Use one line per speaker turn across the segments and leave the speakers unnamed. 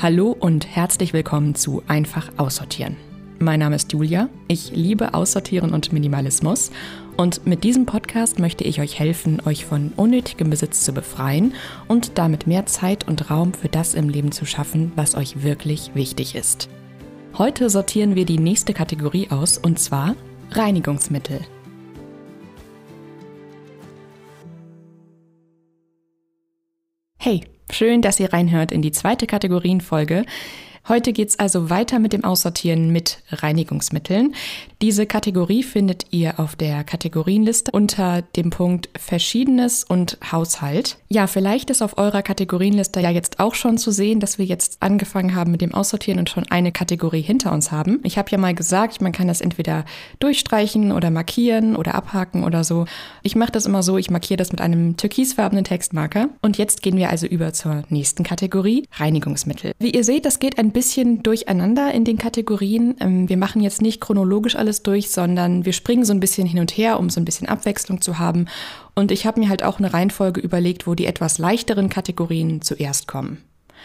Hallo und herzlich willkommen zu Einfach aussortieren. Mein Name ist Julia, ich liebe Aussortieren und Minimalismus und mit diesem Podcast möchte ich euch helfen, euch von unnötigem Besitz zu befreien und damit mehr Zeit und Raum für das im Leben zu schaffen, was euch wirklich wichtig ist. Heute sortieren wir die nächste Kategorie aus und zwar Reinigungsmittel. Hey, schön, dass ihr reinhört in die zweite Kategorienfolge. Heute geht's also weiter mit dem Aussortieren mit Reinigungsmitteln. Diese Kategorie findet ihr auf der Kategorienliste unter dem Punkt Verschiedenes und Haushalt. Ja, vielleicht ist auf eurer Kategorienliste ja jetzt auch schon zu sehen, dass wir jetzt angefangen haben mit dem Aussortieren und schon eine Kategorie hinter uns haben. Ich habe ja mal gesagt, man kann das entweder durchstreichen oder markieren oder abhaken oder so. Ich mache das immer so, ich markiere das mit einem türkisfarbenen Textmarker. Und jetzt gehen wir also über zur nächsten Kategorie, Reinigungsmittel. Wie ihr seht, das geht ein bisschen durcheinander in den Kategorien. Wir machen jetzt nicht chronologisch alles durch, sondern wir springen so ein bisschen hin und her, um so ein bisschen Abwechslung zu haben. Und ich habe mir halt auch eine Reihenfolge überlegt, wo die etwas leichteren Kategorien zuerst kommen.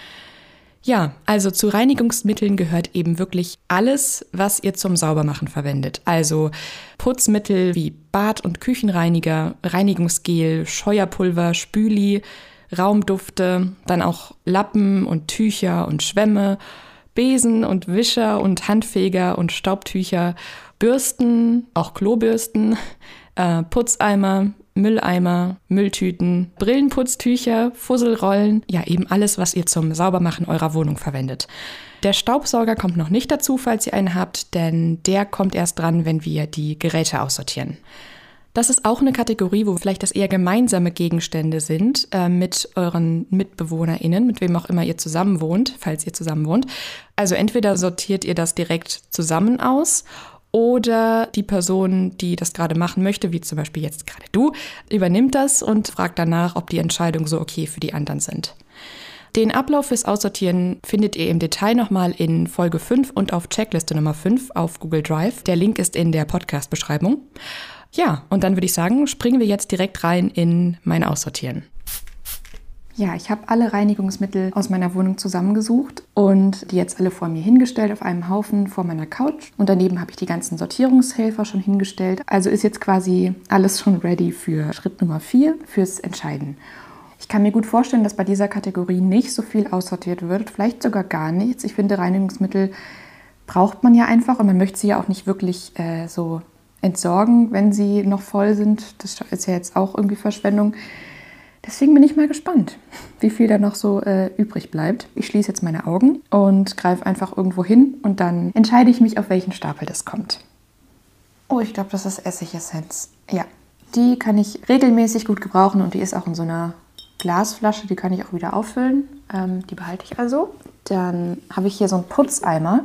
Ja, also zu Reinigungsmitteln gehört eben wirklich alles, was ihr zum Saubermachen verwendet. Also Putzmittel wie Bad- und Küchenreiniger, Reinigungsgel, Scheuerpulver, Spüli, Raumdufte, dann auch Lappen und Tücher und Schwämme, Besen und Wischer und Handfeger und Staubtücher, Bürsten, auch Klobürsten, Putzeimer, Mülleimer, Mülltüten, Brillenputztücher, Fusselrollen, ja eben alles, was ihr zum Saubermachen eurer Wohnung verwendet. Der Staubsauger kommt noch nicht dazu, falls ihr einen habt, denn der kommt erst dran, wenn wir die Geräte aussortieren. Das ist auch eine Kategorie, wo vielleicht das eher gemeinsame Gegenstände sind mit euren MitbewohnerInnen, mit wem auch immer ihr zusammen wohnt, falls ihr zusammen wohnt. Also entweder sortiert ihr das direkt zusammen aus oder die Person, die das gerade machen möchte, wie zum Beispiel jetzt gerade du, übernimmt das und fragt danach, ob die Entscheidungen so okay für die anderen sind. Den Ablauf fürs Aussortieren findet ihr im Detail nochmal in Folge 5 und auf Checkliste Nummer 5 auf Google Drive. Der Link ist in der Podcast-Beschreibung. Ja, und dann würde ich sagen, springen wir jetzt direkt rein in mein Aussortieren. Ja, ich habe alle Reinigungsmittel aus meiner Wohnung zusammengesucht und die jetzt alle vor mir hingestellt auf einem Haufen vor meiner Couch. Und daneben habe ich die ganzen Sortierungshelfer schon hingestellt. Also ist jetzt quasi alles schon ready für Schritt Nummer 4, fürs Entscheiden. Ich kann mir gut vorstellen, dass bei dieser Kategorie nicht so viel aussortiert wird, vielleicht sogar gar nichts. Ich finde, Reinigungsmittel braucht man ja einfach und man möchte sie ja auch nicht wirklich so entsorgen, wenn sie noch voll sind. Das ist ja jetzt auch irgendwie Verschwendung. Deswegen bin ich mal gespannt, wie viel da noch so übrig bleibt. Ich schließe jetzt meine Augen und greife einfach irgendwo hin und dann entscheide ich mich, auf welchen Stapel das kommt. Oh, ich glaube, das ist Essigessenz. Ja, die kann ich regelmäßig gut gebrauchen und die ist auch in so einer Glasflasche. Die kann ich auch wieder auffüllen. Die behalte ich also. Dann habe ich hier so einen Putzeimer.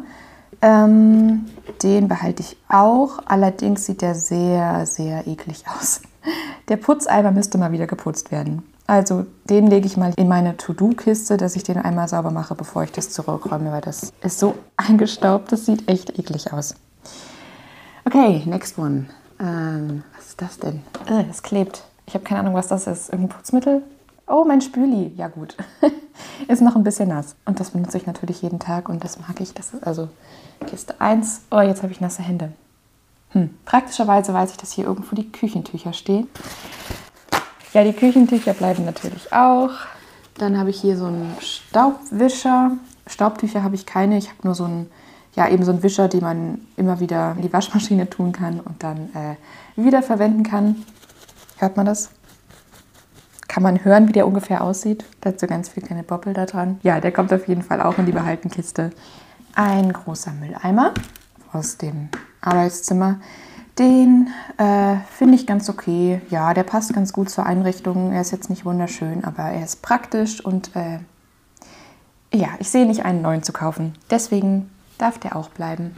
Den behalte ich auch, allerdings sieht der sehr, sehr eklig aus. Der Putzeimer müsste mal wieder geputzt werden. Also den lege ich mal in meine To-Do-Kiste, dass ich den einmal sauber mache, bevor ich das zurückräume, weil das ist so eingestaubt, das sieht echt eklig aus. Okay, next one. Was ist das denn? Das klebt. Ich habe keine Ahnung, was das ist. Irgendein Putzmittel? Oh, mein Spüli. Ja gut. Ist noch ein bisschen nass. Und das benutze ich natürlich jeden Tag und das mag ich. Das ist also Kiste 1. Oh, jetzt habe ich nasse Hände. Praktischerweise weiß ich, dass hier irgendwo die Küchentücher stehen. Ja, die Küchentücher bleiben natürlich auch. Dann habe ich hier so einen Staubwischer. Staubtücher habe ich keine. Ich habe nur so einen, ja, eben so einen Wischer, den man immer wieder in die Waschmaschine tun kann und dann wieder verwenden kann. Hört man das? Kann man hören, wie der ungefähr aussieht? Da hat so ganz viel kleine Boppel da dran. Ja, der kommt auf jeden Fall auch in die Behaltenkiste. Ein großer Mülleimer aus dem Arbeitszimmer. Den finde ich ganz okay. Ja, der passt ganz gut zur Einrichtung. Er ist jetzt nicht wunderschön, aber er ist praktisch. Und ja, ich sehe nicht einen neuen zu kaufen. Deswegen darf der auch bleiben.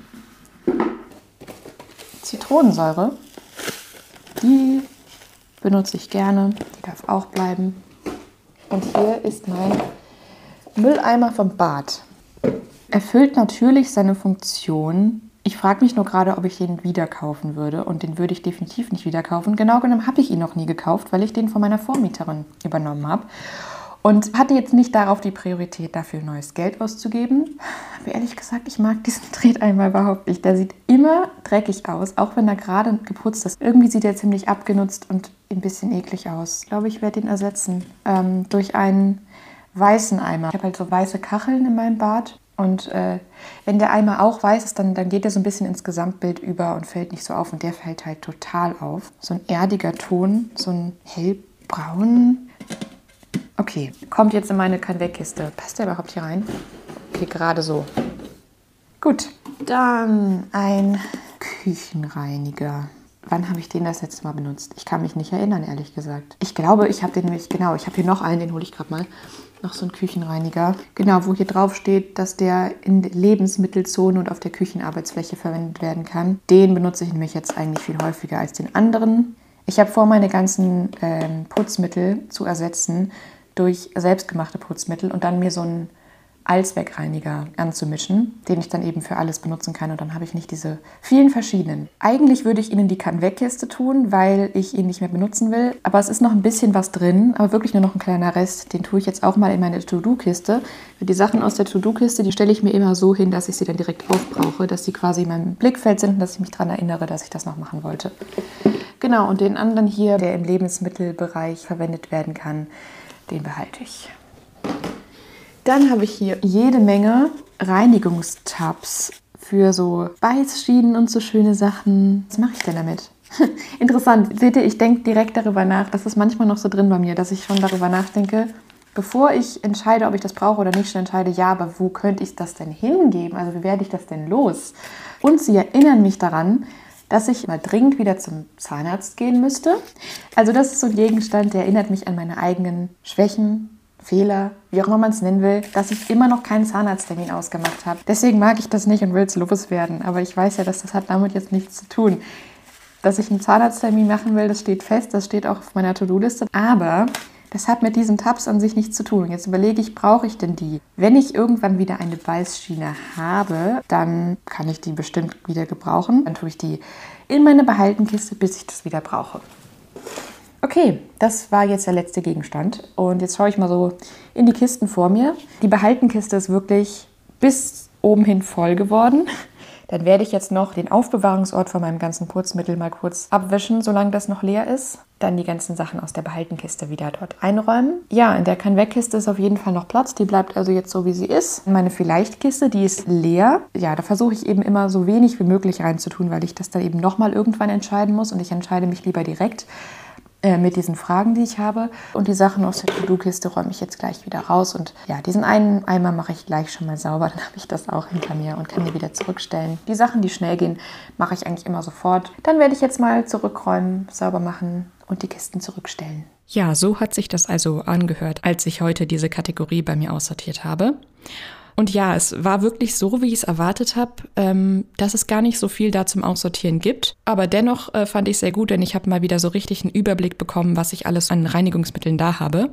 Zitronensäure, die benutze ich gerne. Die darf auch bleiben. Und hier ist mein Mülleimer vom Bad. Erfüllt natürlich seine Funktion. Ich frage mich nur gerade, ob ich den wieder kaufen würde. Und den würde ich definitiv nicht wieder kaufen. Genau genommen habe ich ihn noch nie gekauft, weil ich den von meiner Vormieterin übernommen habe. Und hatte jetzt nicht darauf die Priorität, dafür neues Geld auszugeben. Aber ehrlich gesagt, ich mag diesen Treteimer überhaupt nicht. Der sieht immer dreckig aus, auch wenn er gerade geputzt ist. Irgendwie sieht er ziemlich abgenutzt und ein bisschen eklig aus. Ich glaube, ich werde ihn ersetzen durch einen weißen Eimer. Ich habe halt so weiße Kacheln in meinem Bad. Und wenn der Eimer auch weiß ist, dann geht er so ein bisschen ins Gesamtbild über und fällt nicht so auf. Und der fällt halt total auf. So ein erdiger Ton, so ein hellbraun. Okay, kommt jetzt in meine Kann-Weg-Kiste. Passt der überhaupt hier rein? Okay, gerade so. Gut, dann ein Küchenreiniger. Wann habe ich den das letzte Mal benutzt? Ich kann mich nicht erinnern, ehrlich gesagt. Ich glaube, ich habe den nämlich, genau, ich habe hier noch einen, den hole ich gerade mal. Noch so ein Küchenreiniger. Genau, wo hier drauf steht, dass der in Lebensmittelzone und auf der Küchenarbeitsfläche verwendet werden kann. Den benutze ich nämlich jetzt eigentlich viel häufiger als den anderen. Ich habe vor, meine ganzen Putzmittel zu ersetzen durch selbstgemachte Putzmittel und dann mir so einen Allzweckreiniger anzumischen, den ich dann eben für alles benutzen kann und dann habe ich nicht diese vielen verschiedenen. Eigentlich würde ich ihn in die Kann-Weg-Kiste tun, weil ich ihn nicht mehr benutzen will, aber es ist noch ein bisschen was drin, aber wirklich nur noch ein kleiner Rest. Den tue ich jetzt auch mal in meine To-Do-Kiste. Die Sachen aus der To-Do-Kiste, die stelle ich mir immer so hin, dass ich sie dann direkt aufbrauche, dass sie quasi in meinem Blickfeld sind und dass ich mich daran erinnere, dass ich das noch machen wollte. Genau, und den anderen hier, der im Lebensmittelbereich verwendet werden kann, den behalte ich. Dann habe ich hier jede Menge Reinigungstabs für so Beißschienen und so schöne Sachen. Was mache ich denn damit? Interessant. Seht ihr, ich denke direkt darüber nach. Das ist manchmal noch so drin bei mir, dass ich schon darüber nachdenke, bevor ich entscheide, ob ich das brauche oder nicht, schon entscheide, ja, aber wo könnte ich das denn hingeben? Also wie werde ich das denn los? Und sie erinnern mich daran, dass ich mal dringend wieder zum Zahnarzt gehen müsste. Also das ist so ein Gegenstand, der erinnert mich an meine eigenen Schwächen, Fehler, wie auch immer man es nennen will, dass ich immer noch keinen Zahnarzttermin ausgemacht habe. Deswegen mag ich das nicht und will es loswerden. Aber ich weiß ja, dass das hat damit jetzt nichts zu tun. Dass ich einen Zahnarzttermin machen will, das steht fest, das steht auch auf meiner To-Do-Liste. Aber das hat mit diesen Tabs an sich nichts zu tun. Und jetzt überlege ich, brauche ich denn die? Wenn ich irgendwann wieder eine Beißschiene habe, dann kann ich die bestimmt wieder gebrauchen. Dann tue ich die in meine Behaltenkiste, bis ich das wieder brauche. Okay, das war jetzt der letzte Gegenstand und jetzt schaue ich mal so in die Kisten vor mir. Die Behaltenkiste ist wirklich bis oben hin voll geworden. Dann werde ich jetzt noch den Aufbewahrungsort von meinem ganzen Putzmittel mal kurz abwischen, solange das noch leer ist. Dann die ganzen Sachen aus der Behaltenkiste wieder dort einräumen. Ja, in der Kann-Weg-Kiste ist auf jeden Fall noch Platz. Die bleibt also jetzt so, wie sie ist. Meine Vielleicht-Kiste, die ist leer. Ja, da versuche ich eben immer so wenig wie möglich reinzutun, weil ich das dann eben nochmal irgendwann entscheiden muss. Und ich entscheide mich lieber direkt mit diesen Fragen, die ich habe. Und die Sachen aus der To-Do-Kiste räume ich jetzt gleich wieder raus. Und ja, diesen einen Eimer mache ich gleich schon mal sauber. Dann habe ich das auch hinter mir und kann die wieder zurückstellen. Die Sachen, die schnell gehen, mache ich eigentlich immer sofort. Dann werde ich jetzt mal zurückräumen, sauber machen und die Kisten zurückstellen. Ja, so hat sich das also angehört, als ich heute diese Kategorie bei mir aussortiert habe. Und ja, es war wirklich so, wie ich es erwartet habe, dass es gar nicht so viel da zum Aussortieren gibt. Aber dennoch fand ich es sehr gut, denn ich habe mal wieder so richtig einen Überblick bekommen, was ich alles an Reinigungsmitteln da habe.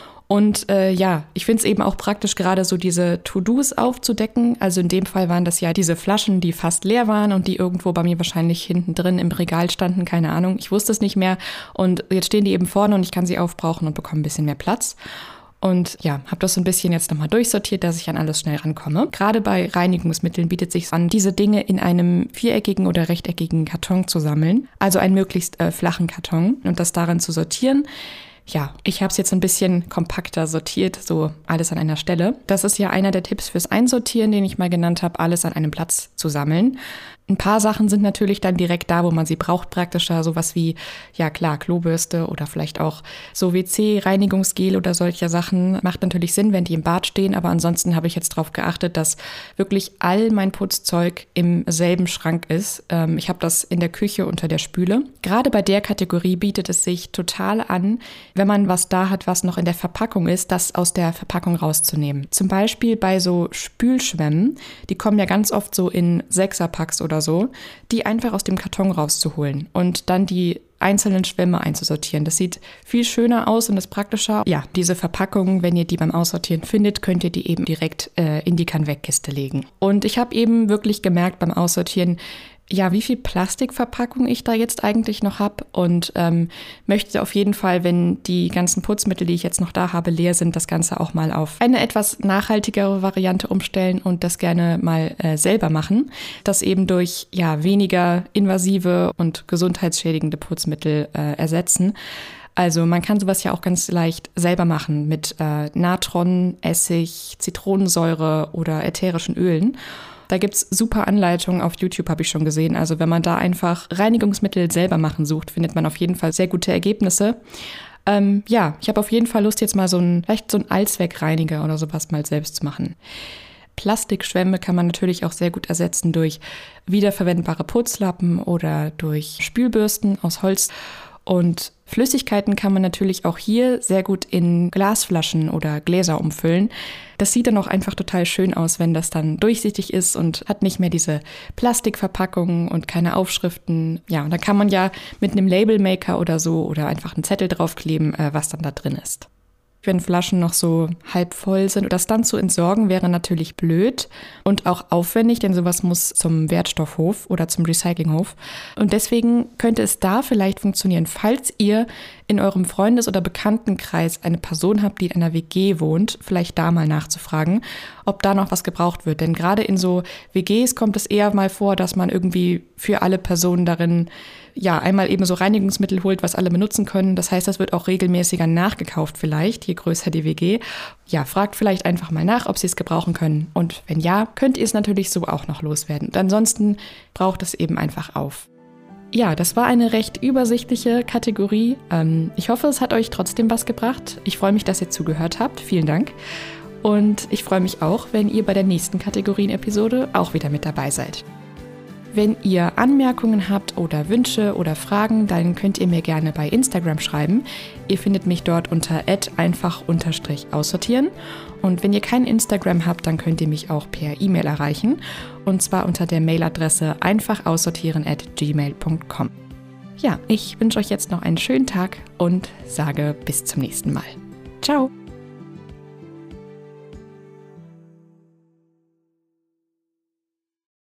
Und ja, ich finde es eben auch praktisch, gerade so diese To-Dos aufzudecken. Also in dem Fall waren das ja diese Flaschen, die fast leer waren und die irgendwo bei mir wahrscheinlich hinten drin im Regal standen. Keine Ahnung, ich wusste es nicht mehr. Und jetzt stehen die eben vorne und ich kann sie aufbrauchen und bekomme ein bisschen mehr Platz. Und ja, habe das so ein bisschen jetzt nochmal durchsortiert, dass ich an alles schnell rankomme. Gerade bei Reinigungsmitteln bietet es sich an, diese Dinge in einem viereckigen oder rechteckigen Karton zu sammeln. Also einen möglichst flachen Karton und das darin zu sortieren. Ja, ich habe es jetzt ein bisschen kompakter sortiert, so alles an einer Stelle. Das ist ja einer der Tipps fürs Einsortieren, den ich mal genannt habe, alles an einem Platz zu sammeln. Ein paar Sachen sind natürlich dann direkt da, wo man sie braucht, praktischer. Sowas wie, ja klar, Klobürste oder vielleicht auch so WC-Reinigungsgel oder solche Sachen. Macht natürlich Sinn, wenn die im Bad stehen. Aber ansonsten habe ich jetzt darauf geachtet, dass wirklich all mein Putzzeug im selben Schrank ist. Ich habe das in der Küche unter der Spüle. Gerade bei der Kategorie bietet es sich total an, wenn man was da hat, was noch in der Verpackung ist, das aus der Verpackung rauszunehmen. Zum Beispiel bei so Spülschwämmen, die kommen ja ganz oft so in Sechserpacks oder so, die einfach aus dem Karton rauszuholen und dann die einzelnen Schwämme einzusortieren. Das sieht viel schöner aus und ist praktischer. Ja, diese Verpackungen, wenn ihr die beim Aussortieren findet, könnt ihr die eben direkt in die Kann-Weg-Kiste legen. Und ich habe eben wirklich gemerkt beim Aussortieren, ja, wie viel Plastikverpackung ich da jetzt eigentlich noch habe und möchte auf jeden Fall, wenn die ganzen Putzmittel, die ich jetzt noch da habe, leer sind, das Ganze auch mal auf eine etwas nachhaltigere Variante umstellen und das gerne mal selber machen. Das eben durch weniger invasive und gesundheitsschädigende Putzmittel ersetzen. Also man kann sowas ja auch ganz leicht selber machen mit Natron, Essig, Zitronensäure oder ätherischen Ölen. Da gibt's super Anleitungen auf YouTube, habe ich schon gesehen. Also wenn man da einfach Reinigungsmittel selber machen sucht, findet man auf jeden Fall sehr gute Ergebnisse. Ich habe auf jeden Fall Lust, jetzt mal vielleicht so einen Allzweckreiniger oder sowas mal selbst zu machen. Plastikschwämme kann man natürlich auch sehr gut ersetzen durch wiederverwendbare Putzlappen oder durch Spülbürsten aus Holz. Und Flüssigkeiten kann man natürlich auch hier sehr gut in Glasflaschen oder Gläser umfüllen. Das sieht dann auch einfach total schön aus, wenn das dann durchsichtig ist und hat nicht mehr diese Plastikverpackungen und keine Aufschriften. Ja, und da kann man ja mit einem Labelmaker oder so oder einfach einen Zettel draufkleben, was dann da drin ist. Wenn Flaschen noch so halb voll sind, das dann zu entsorgen, wäre natürlich blöd und auch aufwendig, denn sowas muss zum Wertstoffhof oder zum Recyclinghof. Und deswegen könnte es da vielleicht funktionieren, falls ihr in eurem Freundes- oder Bekanntenkreis eine Person habt, die in einer WG wohnt, vielleicht da mal nachzufragen, ob da noch was gebraucht wird. Denn gerade in so WGs kommt es eher mal vor, dass man irgendwie für alle Personen darin einmal eben so Reinigungsmittel holt, was alle benutzen können. Das heißt, das wird auch regelmäßiger nachgekauft vielleicht, je größer die WG. Ja, fragt vielleicht einfach mal nach, ob sie es gebrauchen können. Und wenn ja, könnt ihr es natürlich so auch noch loswerden. Und ansonsten braucht es eben einfach auf. Ja, das war eine recht übersichtliche Kategorie. Ich hoffe, es hat euch trotzdem was gebracht. Ich freue mich, dass ihr zugehört habt. Vielen Dank. Und ich freue mich auch, wenn ihr bei der nächsten Kategorien-Episode auch wieder mit dabei seid. Wenn ihr Anmerkungen habt oder Wünsche oder Fragen, dann könnt ihr mir gerne bei Instagram schreiben. Ihr findet mich dort unter @einfach_aussortieren. Und wenn ihr kein Instagram habt, dann könnt ihr mich auch per E-Mail erreichen. Und zwar unter der Mailadresse einfachaussortieren@gmail.com. Ja, ich wünsche euch jetzt noch einen schönen Tag und sage bis zum nächsten Mal. Ciao!